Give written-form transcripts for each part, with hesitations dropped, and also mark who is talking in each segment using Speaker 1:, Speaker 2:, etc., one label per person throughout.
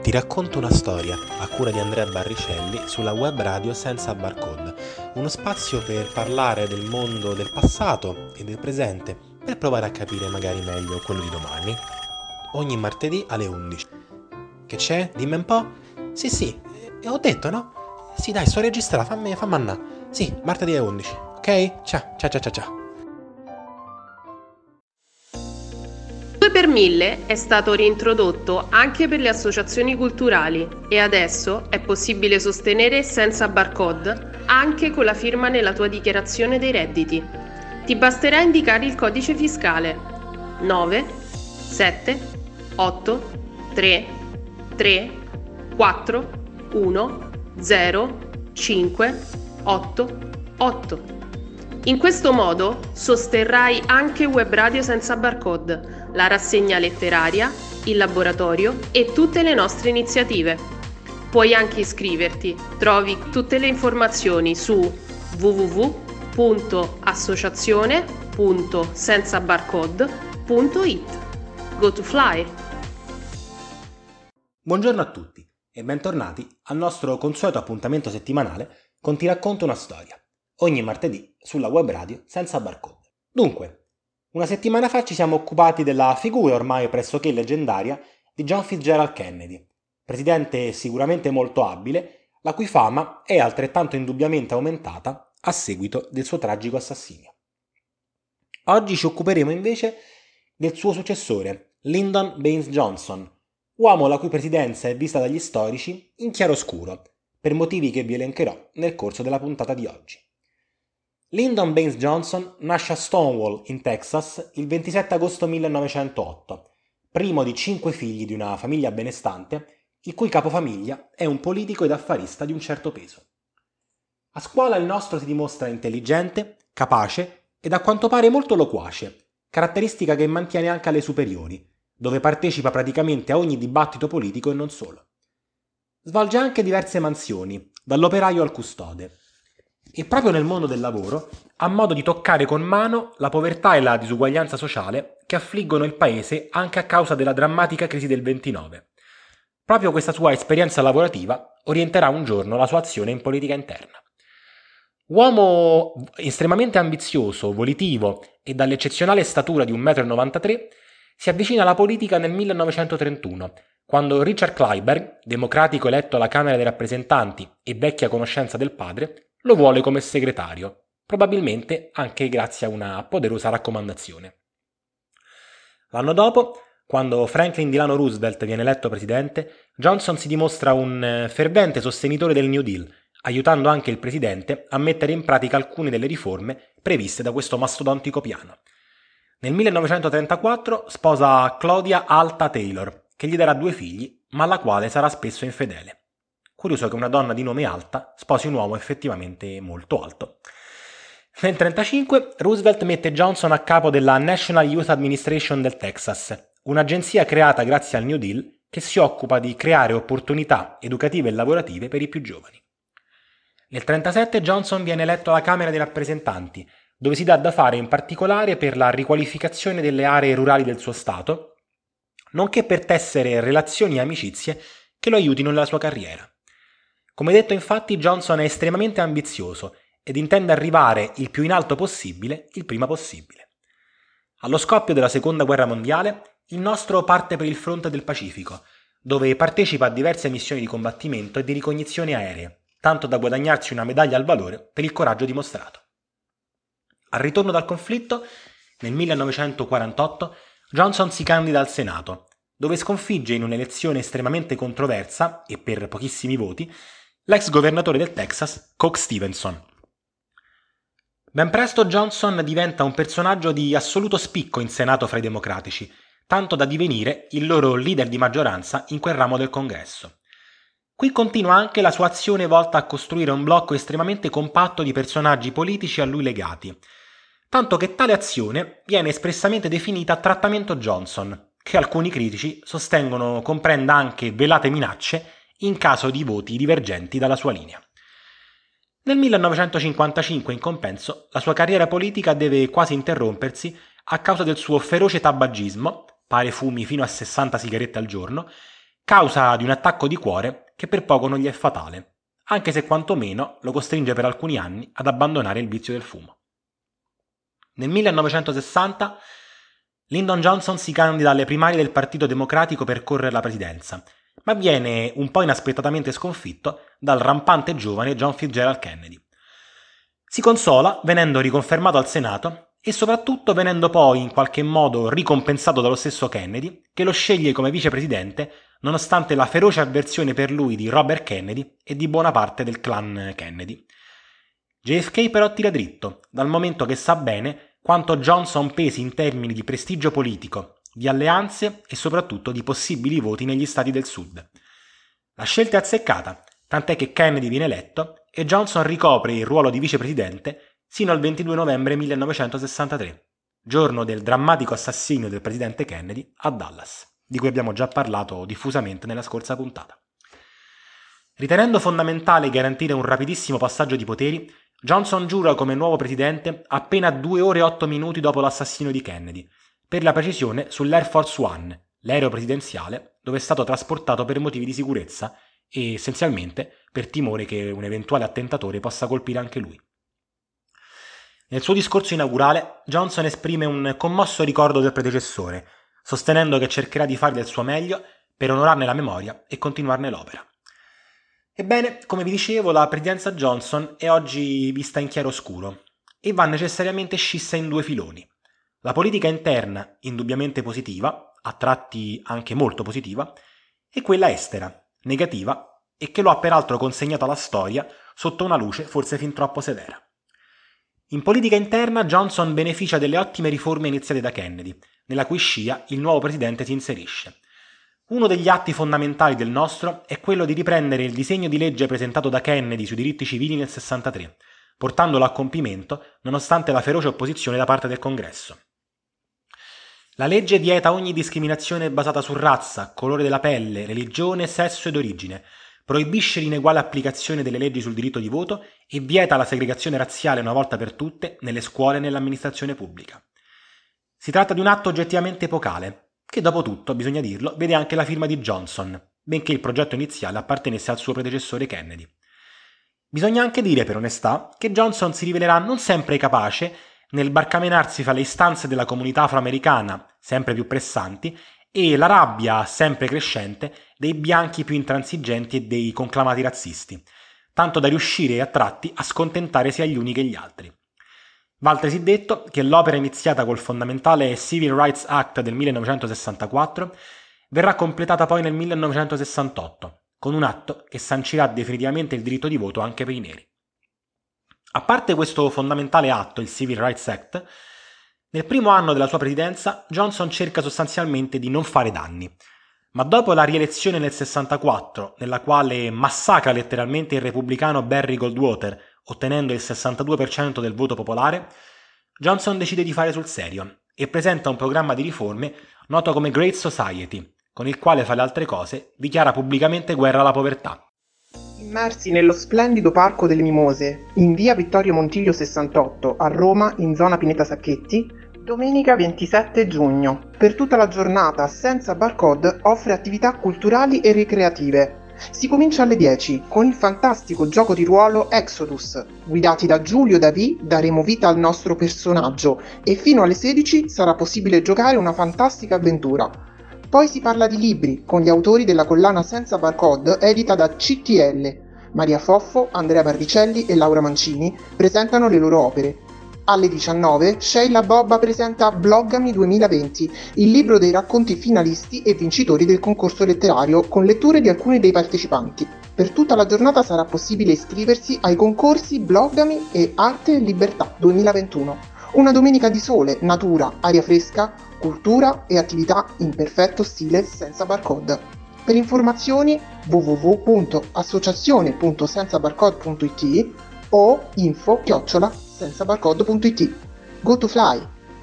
Speaker 1: Ti racconto una storia a cura di Andrea Barricelli sulla web radio Senza Barcode, uno spazio per parlare del mondo del passato e del presente, per provare a capire magari meglio quello di domani. Ogni martedì alle 11. Che c'è? Dimmi un po'? Sì, ho detto, no? Sì, dai, sto registrando, fammi annà. Sì, martedì alle 11, ok? Ciao.
Speaker 2: 2 per 1000 è stato reintrodotto anche per le associazioni culturali e adesso è possibile sostenere Senza Barcode anche con la firma nella tua dichiarazione dei redditi. Ti basterà indicare il codice fiscale 9 7 8 3 3 4 1 0 5 8 8. In questo modo sosterrai anche Web Radio Senza Barcode, la rassegna letteraria, il laboratorio e tutte le nostre iniziative. Puoi anche iscriverti, trovi tutte le informazioni su www.associazione.senzabarcode.it. Go to fly!
Speaker 1: Buongiorno a tutti e bentornati al nostro consueto appuntamento settimanale con Ti racconto una storia, ogni martedì sulla web radio Senza Barcode. Dunque, una settimana fa ci siamo occupati della figura ormai pressoché leggendaria di John Fitzgerald Kennedy, presidente sicuramente molto abile, la cui fama è altrettanto indubbiamente aumentata a seguito del suo tragico assassinio. Oggi ci occuperemo invece del suo successore, Lyndon Baines Johnson, uomo la cui presidenza è vista dagli storici in chiaroscuro, per motivi che vi elencherò nel corso della puntata di oggi. Lyndon Baines Johnson nasce a Stonewall, in Texas, il 27 agosto 1908, primo di 5 figli di una famiglia benestante, il cui capofamiglia è un politico ed affarista di un certo peso. A scuola il nostro si dimostra intelligente, capace ed a quanto pare molto loquace, caratteristica che mantiene anche alle superiori, dove partecipa praticamente a ogni dibattito politico e non solo. Svolge anche diverse mansioni, dall'operaio al custode, e proprio nel mondo del lavoro ha modo di toccare con mano la povertà e la disuguaglianza sociale che affliggono il paese anche a causa della drammatica crisi del 29. Proprio questa sua esperienza lavorativa orienterà un giorno la sua azione in politica interna. Uomo estremamente ambizioso, volitivo e dall'eccezionale statura di 1,93 m, si avvicina alla politica nel 1931, quando Richard Clyburn, democratico eletto alla Camera dei rappresentanti e vecchia conoscenza del padre, lo vuole come segretario, probabilmente anche grazie a una poderosa raccomandazione. L'anno dopo, quando Franklin Delano Roosevelt viene eletto presidente, Johnson si dimostra un fervente sostenitore del New Deal, aiutando anche il presidente a mettere in pratica alcune delle riforme previste da questo mastodontico piano. Nel 1934 sposa Claudia Alta Taylor, che gli darà 2 figli, ma alla quale sarà spesso infedele. Curioso che una donna di nome Alta sposi un uomo effettivamente molto alto. Nel 1935 Roosevelt mette Johnson a capo della National Youth Administration del Texas, un'agenzia creata grazie al New Deal che si occupa di creare opportunità educative e lavorative per i più giovani. Nel 1937 Johnson viene eletto alla Camera dei rappresentanti, dove si dà da fare in particolare per la riqualificazione delle aree rurali del suo stato, nonché per tessere relazioni e amicizie che lo aiutino nella sua carriera. Come detto, infatti, Johnson è estremamente ambizioso ed intende arrivare il più in alto possibile, il prima possibile. Allo scoppio della Seconda Guerra Mondiale, il nostro parte per il fronte del Pacifico, dove partecipa a diverse missioni di combattimento e di ricognizione aeree, tanto da guadagnarsi una medaglia al valore per il coraggio dimostrato. Al ritorno dal conflitto, nel 1948, Johnson si candida al Senato, dove sconfigge in un'elezione estremamente controversa e per pochissimi voti l'ex governatore del Texas, Coke Stevenson. Ben presto Johnson diventa un personaggio di assoluto spicco in Senato fra i democratici, tanto da divenire il loro leader di maggioranza in quel ramo del Congresso. Qui continua anche la sua azione volta a costruire un blocco estremamente compatto di personaggi politici a lui legati, tanto che tale azione viene espressamente definita trattamento Johnson, che alcuni critici sostengono comprenda anche velate minacce in caso di voti divergenti dalla sua linea. Nel 1955, in compenso, la sua carriera politica deve quasi interrompersi a causa del suo feroce tabagismo, pare fumi fino a 60 sigarette al giorno, causa di un attacco di cuore che per poco non gli è fatale, anche se quantomeno lo costringe per alcuni anni ad abbandonare il vizio del fumo. Nel 1960 Lyndon Johnson si candida alle primarie del Partito Democratico per correre la presidenza, ma viene un po' inaspettatamente sconfitto dal rampante giovane John Fitzgerald Kennedy. Si consola venendo riconfermato al Senato e soprattutto venendo poi in qualche modo ricompensato dallo stesso Kennedy, che lo sceglie come vicepresidente nonostante la feroce avversione per lui di Robert Kennedy e di buona parte del clan Kennedy. JFK però tira dritto, dal momento che sa bene quanto Johnson pesi in termini di prestigio politico, di alleanze e soprattutto di possibili voti negli stati del sud. La scelta è azzeccata, tant'è che Kennedy viene eletto e Johnson ricopre il ruolo di vicepresidente sino al 22 novembre 1963, giorno del drammatico assassinio del presidente Kennedy a Dallas, di cui abbiamo già parlato diffusamente nella scorsa puntata. Ritenendo fondamentale garantire un rapidissimo passaggio di poteri, Johnson giura come nuovo presidente appena 2 ore e 8 minuti dopo l'assassinio di Kennedy, per la precisione sull'Air Force One, l'aereo presidenziale, dove è stato trasportato per motivi di sicurezza e essenzialmente per timore che un eventuale attentatore possa colpire anche lui. Nel suo discorso inaugurale, Johnson esprime un commosso ricordo del predecessore, sostenendo che cercherà di fare del suo meglio per onorarne la memoria e continuarne l'opera. Ebbene, come vi dicevo, la presidenza Johnson è oggi vista in chiaroscuro e va necessariamente scissa in 2 filoni. La politica interna, indubbiamente positiva, a tratti anche molto positiva, e quella estera, negativa, e che lo ha peraltro consegnato alla storia sotto una luce forse fin troppo severa. In politica interna Johnson beneficia delle ottime riforme iniziate da Kennedy, nella cui scia il nuovo presidente si inserisce. Uno degli atti fondamentali del nostro è quello di riprendere il disegno di legge presentato da Kennedy sui diritti civili nel 63, portandolo a compimento nonostante la feroce opposizione da parte del Congresso. La legge vieta ogni discriminazione basata su razza, colore della pelle, religione, sesso ed origine, proibisce l'ineguale applicazione delle leggi sul diritto di voto e vieta la segregazione razziale una volta per tutte nelle scuole e nell'amministrazione pubblica. Si tratta di un atto oggettivamente epocale, che dopo tutto, bisogna dirlo, vede anche la firma di Johnson, benché il progetto iniziale appartenesse al suo predecessore Kennedy. Bisogna anche dire, per onestà, che Johnson si rivelerà non sempre capace nel barcamenarsi fra le istanze della comunità afroamericana, sempre più pressanti, e la rabbia sempre crescente dei bianchi più intransigenti e dei conclamati razzisti, tanto da riuscire a tratti a scontentare sia gli uni che gli altri. Va altresì detto che l'opera iniziata col fondamentale Civil Rights Act del 1964 verrà completata poi nel 1968, con un atto che sancirà definitivamente il diritto di voto anche per i neri. A parte questo fondamentale atto, il Civil Rights Act, nel primo anno della sua presidenza Johnson cerca sostanzialmente di non fare danni, ma dopo la rielezione nel 64, nella quale massacra letteralmente il repubblicano Barry Goldwater, ottenendo il 62% del voto popolare, Johnson decide di fare sul serio e presenta un programma di riforme noto come Great Society, con il quale, fra le altre cose, dichiara pubblicamente guerra alla povertà.
Speaker 3: Immersi nello splendido Parco delle Mimose, in via Vittorio Montiglio 68, a Roma, in zona Pineta Sacchetti, domenica 27 giugno. Per tutta la giornata, Senza Barcode offre attività culturali e ricreative. Si comincia alle 10 con il fantastico gioco di ruolo Exodus. Guidati da Giulio Davì daremo vita al nostro personaggio e fino alle 16 sarà possibile giocare una fantastica avventura. Poi si parla di libri con gli autori della collana Senza Barcode edita da CTL. Maria Foffo, Andrea Barricelli e Laura Mancini presentano le loro opere. Alle 19 Sheila Bobba presenta Bloggami 2020, il libro dei racconti finalisti e vincitori del concorso letterario con letture di alcuni dei partecipanti. Per tutta la giornata sarà possibile iscriversi ai concorsi Bloggami e Arte e Libertà 2021. Una domenica di sole, natura, aria fresca, cultura e attività in perfetto stile Senza Barcode. Per informazioni www.associazione.senzabarcode.it o info@senzabarcode.it. Go to fly!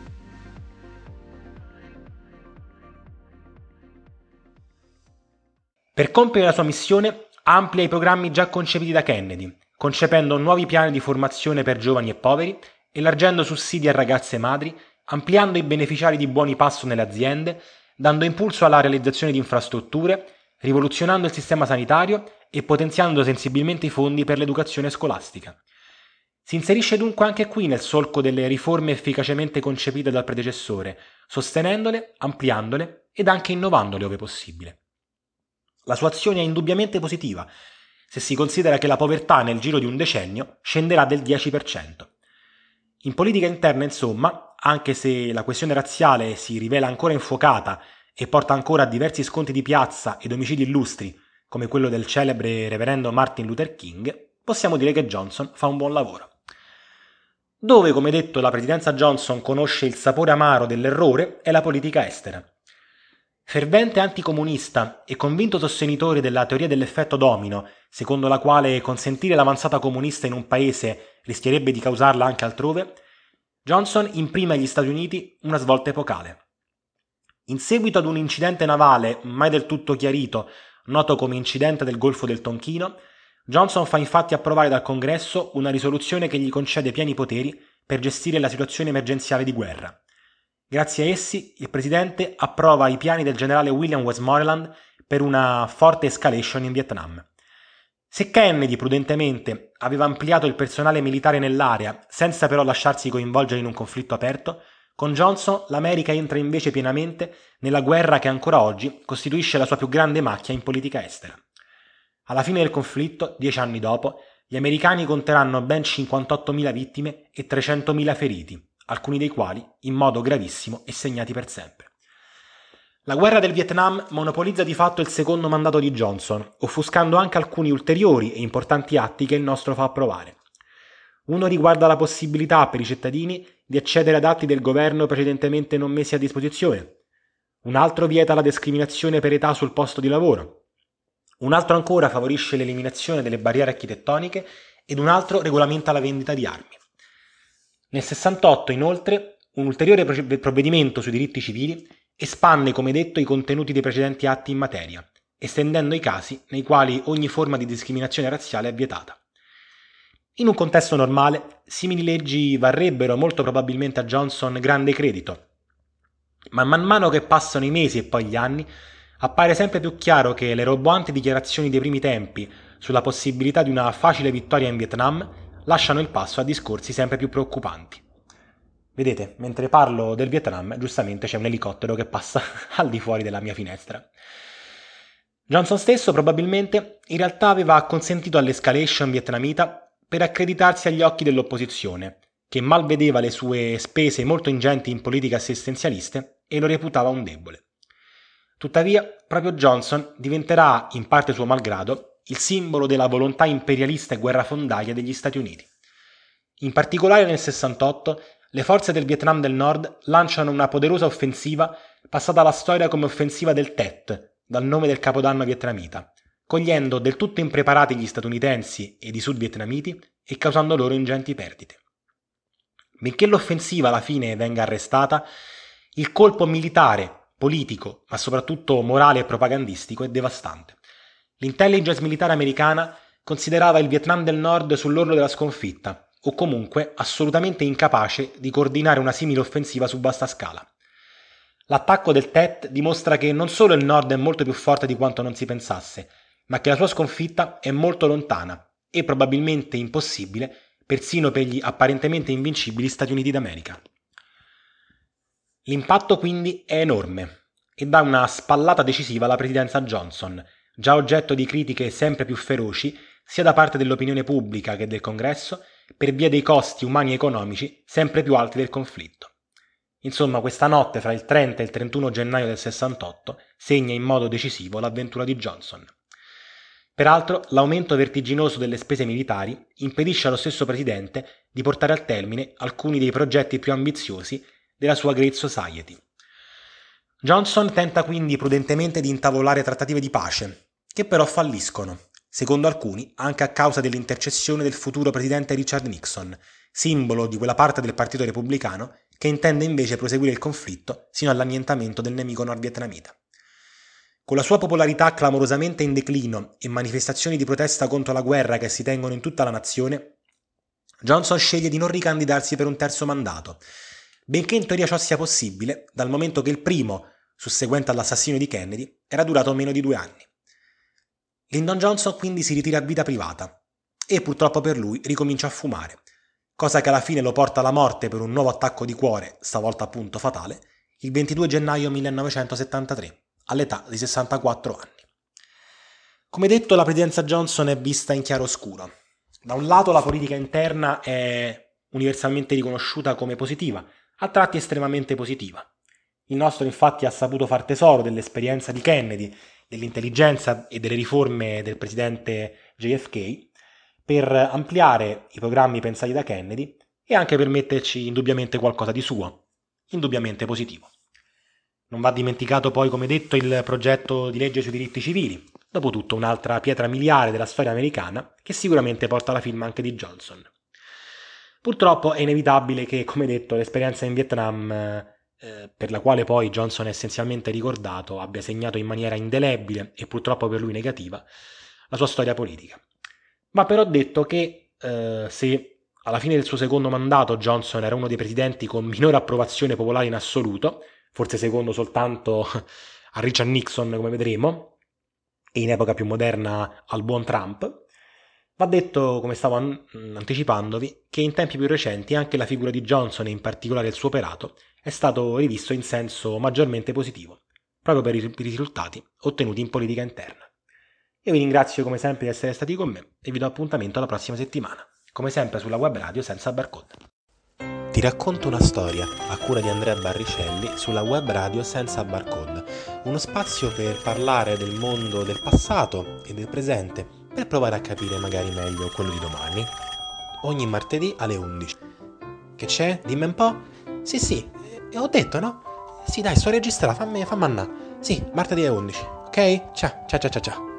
Speaker 1: Per compiere la sua missione amplia i programmi già concepiti da Kennedy, concependo nuovi piani di formazione per giovani e poveri, elargendo sussidi a ragazze madri, ampliando i beneficiari di buoni pasto nelle aziende, dando impulso alla realizzazione di infrastrutture, rivoluzionando il sistema sanitario e potenziando sensibilmente i fondi per l'educazione scolastica. Si inserisce dunque anche qui nel solco delle riforme efficacemente concepite dal predecessore, sostenendole, ampliandole ed anche innovandole ove possibile. La sua azione è indubbiamente positiva, se si considera che la povertà nel giro di un decennio scenderà del 10%. In politica interna, insomma, anche se la questione razziale si rivela ancora infuocata e porta ancora a diversi scontri di piazza ed omicidi illustri, come quello del celebre reverendo Martin Luther King, possiamo dire che Johnson fa un buon lavoro. Dove, come detto, la presidenza Johnson conosce il sapore amaro dell'errore è la politica estera. Fervente anticomunista e convinto sostenitore della teoria dell'effetto domino, secondo la quale consentire l'avanzata comunista in un paese rischierebbe di causarla anche altrove, Johnson imprime agli Stati Uniti una svolta epocale. In seguito ad un incidente navale mai del tutto chiarito, noto come incidente del Golfo del Tonchino, Johnson fa infatti approvare dal Congresso una risoluzione che gli concede pieni poteri per gestire la situazione emergenziale di guerra. Grazie a essi, il presidente approva i piani del generale William Westmoreland per una forte escalation in Vietnam. Se Kennedy prudentemente aveva ampliato il personale militare nell'area senza però lasciarsi coinvolgere in un conflitto aperto, con Johnson l'America entra invece pienamente nella guerra che ancora oggi costituisce la sua più grande macchia in politica estera. Alla fine del conflitto, 10 anni dopo, gli americani conteranno ben 58.000 vittime e 300.000 feriti, alcuni dei quali in modo gravissimo e segnati per sempre. La guerra del Vietnam monopolizza di fatto il secondo mandato di Johnson, offuscando anche alcuni ulteriori e importanti atti che il nostro fa approvare. Uno riguarda la possibilità per i cittadini di accedere ad atti del governo precedentemente non messi a disposizione. Un altro vieta la discriminazione per età sul posto di lavoro. Un altro ancora favorisce l'eliminazione delle barriere architettoniche ed un altro regolamenta la vendita di armi. Nel 68, inoltre, un ulteriore provvedimento sui diritti civili espande, come detto, i contenuti dei precedenti atti in materia, estendendo i casi nei quali ogni forma di discriminazione razziale è vietata. In un contesto normale, simili leggi varrebbero molto probabilmente a Johnson grande credito, ma man mano che passano i mesi e poi gli anni, appare sempre più chiaro che le roboanti dichiarazioni dei primi tempi sulla possibilità di una facile vittoria in Vietnam lasciano il passo a discorsi sempre più preoccupanti. Vedete, mentre parlo del Vietnam, giustamente c'è un elicottero che passa al di fuori della mia finestra. Johnson stesso probabilmente in realtà aveva acconsentito all'escalation vietnamita per accreditarsi agli occhi dell'opposizione, che mal vedeva le sue spese molto ingenti in politiche assistenzialiste e lo reputava un debole. Tuttavia, proprio Johnson diventerà, in parte suo malgrado, il simbolo della volontà imperialista e guerrafondaia degli Stati Uniti. In particolare nel 68, le forze del Vietnam del Nord lanciano una poderosa offensiva passata alla storia come offensiva del Tet, dal nome del capodanno vietnamita, cogliendo del tutto impreparati gli statunitensi ed i sud-vietnamiti e causando loro ingenti perdite. Benché l'offensiva alla fine venga arrestata, il colpo militare, politico, ma soprattutto morale e propagandistico è devastante. L'intelligence militare americana considerava il Vietnam del Nord sull'orlo della sconfitta, o comunque assolutamente incapace di coordinare una simile offensiva su vasta scala. L'attacco del Tet dimostra che non solo il Nord è molto più forte di quanto non si pensasse, ma che la sua sconfitta è molto lontana e probabilmente impossibile persino per gli apparentemente invincibili Stati Uniti d'America. L'impatto quindi è enorme e dà una spallata decisiva alla presidenza Johnson, già oggetto di critiche sempre più feroci sia da parte dell'opinione pubblica che del Congresso per via dei costi umani e economici sempre più alti del conflitto. Insomma, questa notte fra il 30 e il 31 gennaio del 68 segna in modo decisivo l'avventura di Johnson. Peraltro, l'aumento vertiginoso delle spese militari impedisce allo stesso presidente di portare a termine alcuni dei progetti più ambiziosi della sua Great Society. Johnson tenta quindi prudentemente di intavolare trattative di pace, che però falliscono, secondo alcuni anche a causa dell'intercessione del futuro presidente Richard Nixon, simbolo di quella parte del Partito Repubblicano che intende invece proseguire il conflitto sino all'annientamento del nemico nordvietnamita. Con la sua popolarità clamorosamente in declino e manifestazioni di protesta contro la guerra che si tengono in tutta la nazione, Johnson sceglie di non ricandidarsi per un terzo mandato, benché in teoria ciò sia possibile, dal momento che il primo, susseguente all'assassinio di Kennedy, era durato meno di 2 anni. Lyndon Johnson quindi si ritira a vita privata e purtroppo per lui ricomincia a fumare, cosa che alla fine lo porta alla morte per un nuovo attacco di cuore, stavolta appunto fatale, il 22 gennaio 1973, all'età di 64 anni. Come detto, la presidenza Johnson è vista in chiaroscuro. Da un lato la politica interna è universalmente riconosciuta come positiva, a tratti estremamente positiva. Il nostro infatti ha saputo far tesoro dell'esperienza di Kennedy, dell'intelligenza e delle riforme del presidente JFK per ampliare i programmi pensati da Kennedy e anche per metterci indubbiamente qualcosa di suo, indubbiamente positivo. Non va dimenticato poi, come detto, il progetto di legge sui diritti civili, dopotutto un'altra pietra miliare della storia americana che sicuramente porta alla firma anche di Johnson. Purtroppo è inevitabile che, come detto, l'esperienza in Vietnam, per la quale poi Johnson è essenzialmente ricordato, abbia segnato in maniera indelebile e purtroppo per lui negativa la sua storia politica. Va però detto che se alla fine del suo secondo mandato Johnson era uno dei presidenti con minore approvazione popolare in assoluto, forse secondo soltanto a Richard Nixon, come vedremo, e in epoca più moderna al buon Trump, va detto, come stavo anticipandovi, che in tempi più recenti anche la figura di Johnson e in particolare il suo operato è stato rivisto in senso maggiormente positivo, proprio per i risultati ottenuti in politica interna. Io vi ringrazio come sempre di essere stati con me e vi do appuntamento alla prossima settimana, come sempre sulla web radio senza barcode. Ti racconto una storia a cura di Andrea Barricelli sulla web radio senza barcode, uno spazio per parlare del mondo del passato e del presente, per provare a capire magari meglio quello di domani. Ogni martedì alle 11. Che c'è? Dimmi un po'? Sì, ho detto, no? Sì, dai, sto registrando, fammi andare. Sì, martedì alle 11, ok? Ciao.